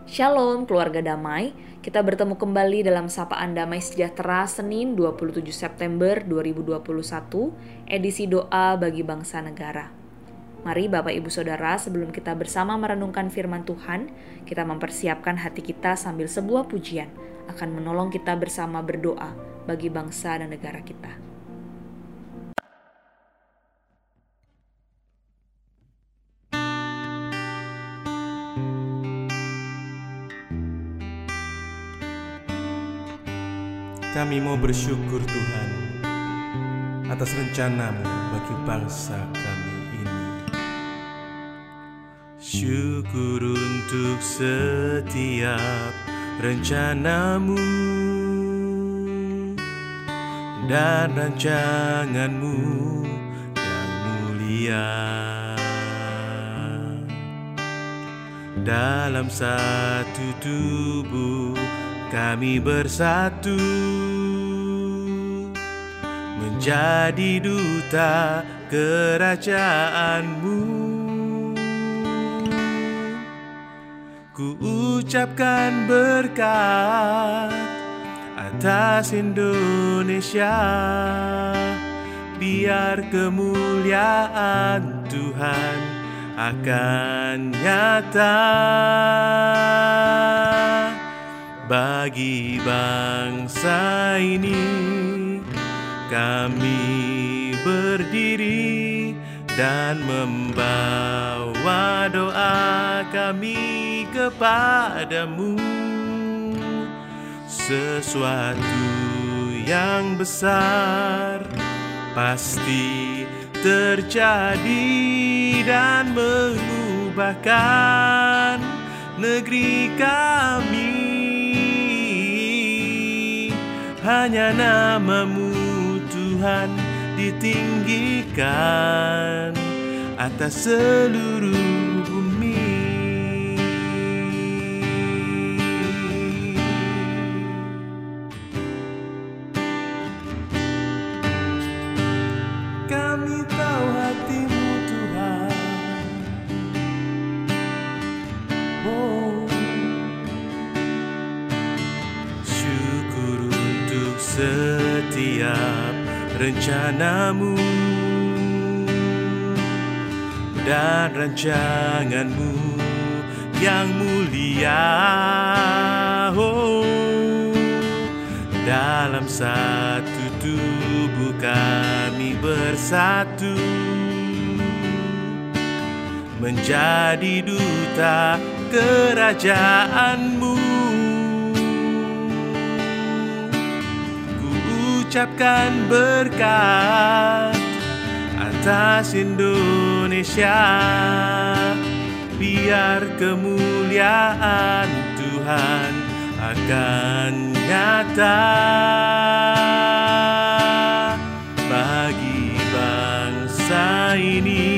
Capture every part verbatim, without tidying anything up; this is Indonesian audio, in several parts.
Shalom keluarga damai, kita bertemu kembali dalam Sapaan Damai Sejahtera Senin dua puluh tujuh September dua ribu dua puluh satu, edisi doa bagi bangsa negara. Mari Bapak Ibu Saudara, sebelum kita bersama merenungkan firman Tuhan, kita mempersiapkan hati kita sambil sebuah pujian akan menolong kita bersama berdoa bagi bangsa dan negara kita. Kami mau bersyukur Tuhan atas rencana-Mu bagi bangsa kami ini. Syukur untuk setiap rencana-Mu dan rancangan-Mu yang mulia. Dalam satu tubuh kami bersatu menjadi duta kerajaan-Mu. Ku ucapkan berkat atas Indonesia, biar kemuliaan Tuhan akan nyata. Bagi bangsa ini kami berdiri dan membawa doa kami kepadamu. Sesuatu yang besar pasti terjadi dan mengubahkan negeri kami. Hanya nama-Mu Tuhan ditinggikan atas seluruh bumi. Kami tahu hati-Mu Tuhan. Oh, setiap rencana-Mu dan rancangan-Mu yang mulia. Oh, dalam satu tubuh kami bersatu menjadi duta kerajaan-Mu. Ucapkan berkat atas Indonesia, biar kemuliaan Tuhan akan nyata. Bagi bangsa ini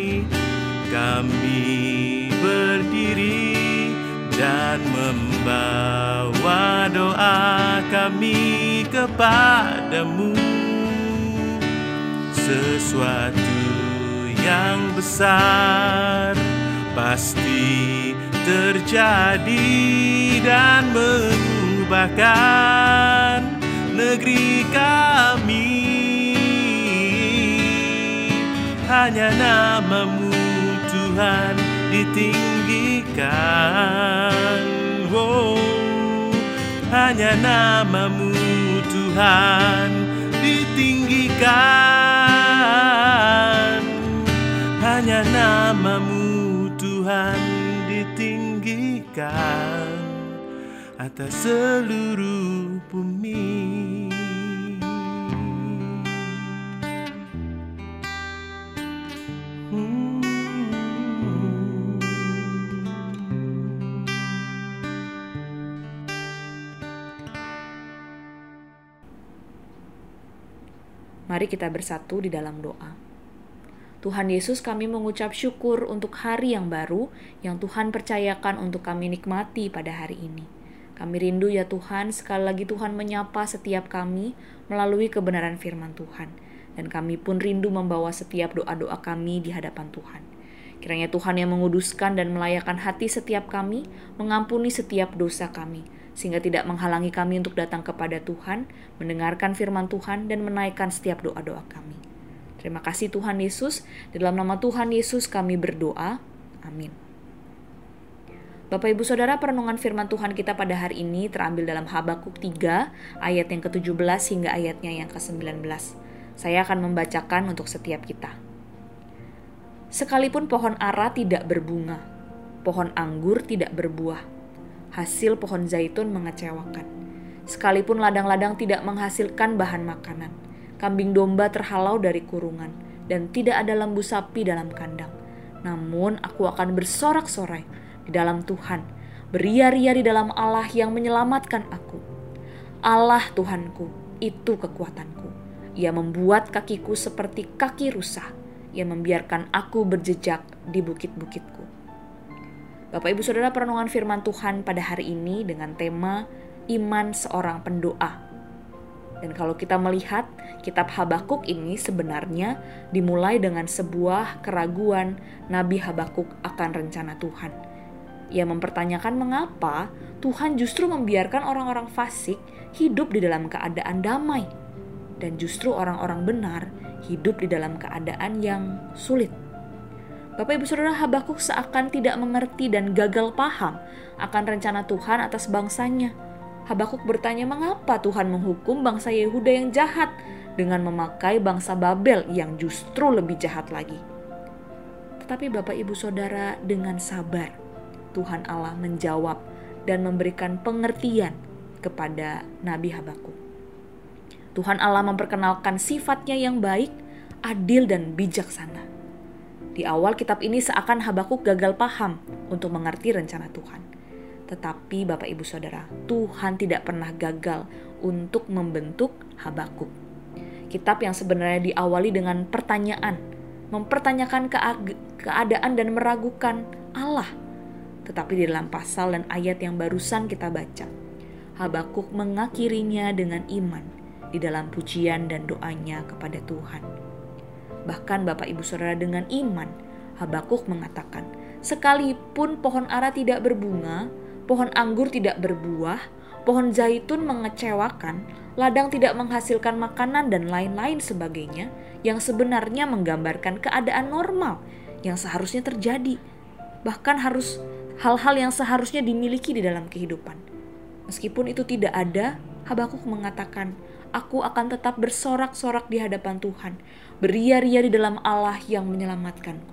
kami berdiri dan membawa doa kami kepadamu. Sesuatu yang besar pasti terjadi dan mengubahkan negeri kami. Hanya nama-Mu Tuhan ditinggikan. Oh, hanya nama-Mu Tuhan ditinggikan. Hanya nama-Mu Tuhan ditinggikan atas seluruh bumi. Hmm. Mari kita bersatu di dalam doa. Tuhan Yesus, kami mengucap syukur untuk hari yang baru yang Tuhan percayakan untuk kami nikmati pada hari ini. Kami rindu ya Tuhan, sekali lagi Tuhan menyapa setiap kami melalui kebenaran firman Tuhan. Dan kami pun rindu membawa setiap doa-doa kami di hadapan Tuhan. Kiranya Tuhan yang menguduskan dan melayakkan hati setiap kami, mengampuni setiap dosa kami, sehingga tidak menghalangi kami untuk datang kepada Tuhan, mendengarkan firman Tuhan, dan menaikkan setiap doa-doa kami. Terima kasih Tuhan Yesus, di dalam nama Tuhan Yesus kami berdoa. Amin. Bapak Ibu Saudara, perenungan firman Tuhan kita pada hari ini terambil dalam Habakuk tiga, ayat yang ketujuh belas hingga ayatnya yang kesembilan belas. Saya akan membacakan untuk setiap kita. Sekalipun pohon ara tidak berbunga, pohon anggur tidak berbuah, hasil pohon zaitun mengecewakan. Sekalipun ladang-ladang tidak menghasilkan bahan makanan, kambing domba terhalau dari kurungan, dan tidak ada lembu sapi dalam kandang. Namun aku akan bersorak-sorai di dalam Tuhan, beria-ria di dalam Allah yang menyelamatkan aku. Allah Tuhanku, itu kekuatanku. Ia membuat kakiku seperti kaki rusa. Ia membiarkan aku berjejak di bukit-bukitku. Bapak Ibu Saudara, perenungan firman Tuhan pada hari ini dengan tema iman seorang pendoa. Dan kalau kita melihat kitab Habakuk ini sebenarnya dimulai dengan sebuah keraguan Nabi Habakuk akan rencana Tuhan. Ia mempertanyakan mengapa Tuhan justru membiarkan orang-orang fasik hidup di dalam keadaan damai, dan justru orang-orang benar hidup di dalam keadaan yang sulit. Bapak Ibu Saudara, Habakuk seakan tidak mengerti dan gagal paham akan rencana Tuhan atas bangsanya. Habakuk bertanya mengapa Tuhan menghukum bangsa Yehuda yang jahat dengan memakai bangsa Babel yang justru lebih jahat lagi. Tetapi Bapak Ibu Saudara, dengan sabar Tuhan Allah menjawab dan memberikan pengertian kepada Nabi Habakuk. Tuhan Allah memperkenalkan sifatnya yang baik, adil, dan bijaksana. Di awal kitab ini seakan Habakuk gagal paham untuk mengerti rencana Tuhan. Tetapi Bapak Ibu Saudara, Tuhan tidak pernah gagal untuk membentuk Habakuk. Kitab yang sebenarnya diawali dengan pertanyaan, mempertanyakan keadaan dan meragukan Allah. Tetapi di dalam pasal dan ayat yang barusan kita baca, Habakuk mengakhirinya dengan iman di dalam pujian dan doanya kepada Tuhan. Bahkan Bapak Ibu Saudara, dengan iman Habakuk mengatakan, sekalipun pohon ara tidak berbunga, pohon anggur tidak berbuah, pohon zaitun mengecewakan, ladang tidak menghasilkan makanan dan lain-lain sebagainya, yang sebenarnya menggambarkan keadaan normal yang seharusnya terjadi, bahkan harus hal-hal yang seharusnya dimiliki di dalam kehidupan. Meskipun itu tidak ada, Habakuk mengatakan, aku akan tetap bersorak-sorak di hadapan Tuhan, beria-ria di dalam Allah yang menyelamatkanku.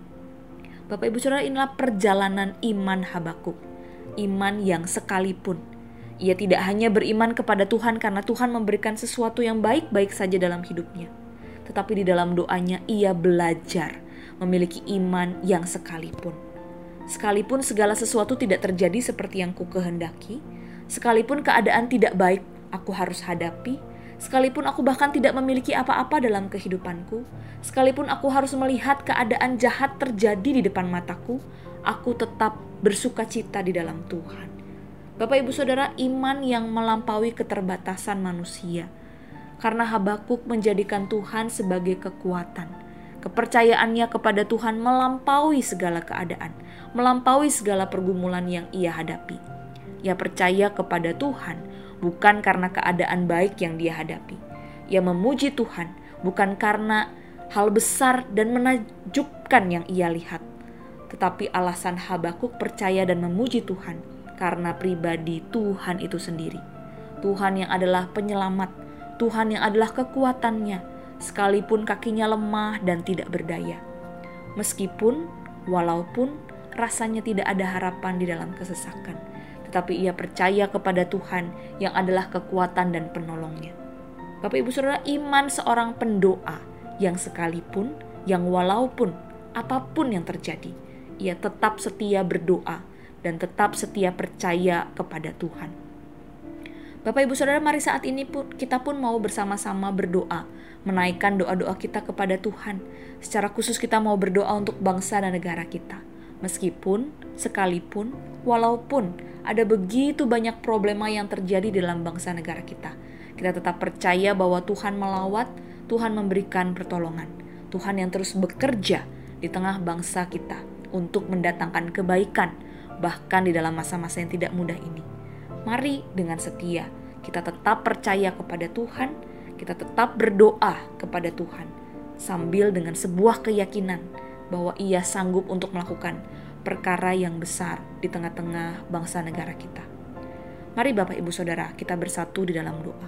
Bapak Ibu Saudara, inilah perjalanan iman Habakuk. Iman yang sekalipun ia tidak hanya beriman kepada Tuhan karena Tuhan memberikan sesuatu yang baik-baik saja dalam hidupnya, tetapi di dalam doanya ia belajar memiliki iman yang sekalipun. Sekalipun segala sesuatu tidak terjadi seperti yang ku kehendaki, sekalipun keadaan tidak baik aku harus hadapi, sekalipun aku bahkan tidak memiliki apa-apa dalam kehidupanku, sekalipun aku harus melihat keadaan jahat terjadi di depan mataku, aku tetap bersuka cita di dalam Tuhan. Bapak Ibu Saudara, iman yang melampaui keterbatasan manusia. Karena Habakuk menjadikan Tuhan sebagai kekuatan. Kepercayaannya kepada Tuhan melampaui segala keadaan, melampaui segala pergumulan yang ia hadapi. Ia percaya kepada Tuhan bukan karena keadaan baik yang dia hadapi. Ia memuji Tuhan bukan karena hal besar dan menakjubkan yang ia lihat. Tetapi alasan Habakuk percaya dan memuji Tuhan karena pribadi Tuhan itu sendiri. Tuhan yang adalah penyelamat, Tuhan yang adalah kekuatannya, sekalipun kakinya lemah dan tidak berdaya. Meskipun, walaupun rasanya tidak ada harapan di dalam kesesakan, tetapi ia percaya kepada Tuhan yang adalah kekuatan dan penolongnya. Bapak Ibu Saudara, iman seorang pendoa yang sekalipun, yang walaupun apapun yang terjadi, ia tetap setia berdoa dan tetap setia percaya kepada Tuhan. Bapak Ibu Saudara, mari saat ini pun kita pun mau bersama-sama berdoa, menaikkan doa-doa kita kepada Tuhan. Secara khusus kita mau berdoa untuk bangsa dan negara kita. Meskipun, sekalipun, walaupun ada begitu banyak problema yang terjadi dalam bangsa negara kita, kita tetap percaya bahwa Tuhan melawat, Tuhan memberikan pertolongan. Tuhan yang terus bekerja di di tengah bangsa kita untuk mendatangkan kebaikan, bahkan di dalam masa-masa yang tidak mudah ini. Mari dengan setia kita tetap percaya kepada Tuhan, kita tetap berdoa kepada Tuhan, sambil dengan sebuah keyakinan bahwa Ia sanggup untuk melakukan perkara yang besar di tengah-tengah bangsa negara kita. Mari Bapak Ibu Saudara, kita bersatu di dalam doa.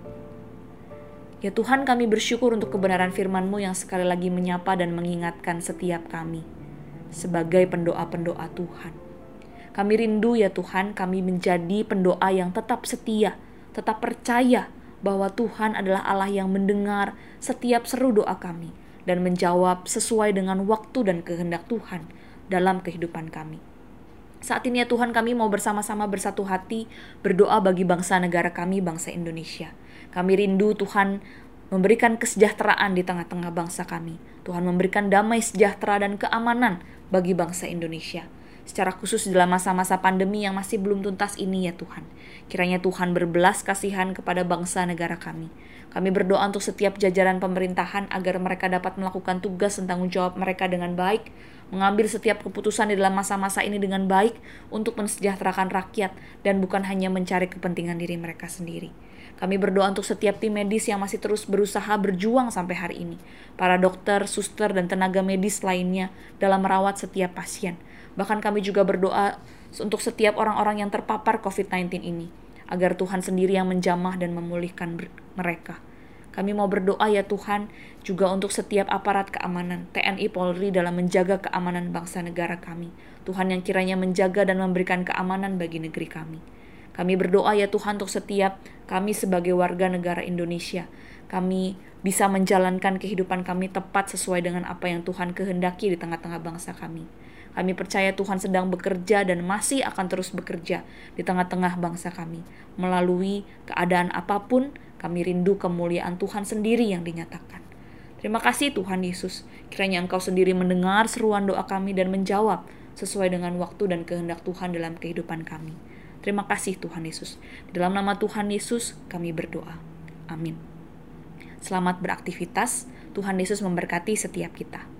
Ya Tuhan, kami bersyukur untuk kebenaran firman-Mu yang sekali lagi menyapa dan mengingatkan setiap kami sebagai pendoa-pendoa Tuhan. Kami rindu ya Tuhan, kami menjadi pendoa yang tetap setia, tetap percaya bahwa Tuhan adalah Allah yang mendengar setiap seru doa kami dan menjawab sesuai dengan waktu dan kehendak Tuhan dalam kehidupan kami. Saat ini ya Tuhan, kami mau bersama-sama bersatu hati berdoa bagi bangsa negara kami, bangsa Indonesia. Kami rindu Tuhan memberikan kesejahteraan di tengah-tengah bangsa kami. Tuhan memberikan damai sejahtera dan keamanan bagi bangsa Indonesia. Secara khusus dalam masa-masa pandemi yang masih belum tuntas ini ya Tuhan. Kiranya Tuhan berbelas kasihan kepada bangsa negara kami. Kami berdoa untuk setiap jajaran pemerintahan agar mereka dapat melakukan tugas dan tanggung jawab mereka dengan baik, mengambil setiap keputusan di dalam masa-masa ini dengan baik untuk mensejahterakan rakyat dan bukan hanya mencari kepentingan diri mereka sendiri. Kami berdoa untuk setiap tim medis yang masih terus berusaha berjuang sampai hari ini. Para dokter, suster, dan tenaga medis lainnya dalam merawat setiap pasien. Bahkan kami juga berdoa untuk setiap orang-orang yang terpapar covid sembilan belas ini, agar Tuhan sendiri yang menjamah dan memulihkan mereka. Kami mau berdoa ya Tuhan, juga untuk setiap aparat keamanan, T N I Polri dalam menjaga keamanan bangsa negara kami. Tuhan yang kiranya menjaga dan memberikan keamanan bagi negeri kami. Kami berdoa ya Tuhan untuk setiap kami sebagai warga negara Indonesia. Kami bisa menjalankan kehidupan kami tepat sesuai dengan apa yang Tuhan kehendaki di tengah-tengah bangsa kami. Kami percaya Tuhan sedang bekerja dan masih akan terus bekerja di tengah-tengah bangsa kami. Melalui keadaan apapun, kami rindu kemuliaan Tuhan sendiri yang dinyatakan. Terima kasih Tuhan Yesus. Kiranya Engkau sendiri mendengar seruan doa kami dan menjawab sesuai dengan waktu dan kehendak Tuhan dalam kehidupan kami. Terima kasih Tuhan Yesus. Di dalam nama Tuhan Yesus kami berdoa. Amin. Selamat beraktivitas. Tuhan Yesus memberkati setiap kita.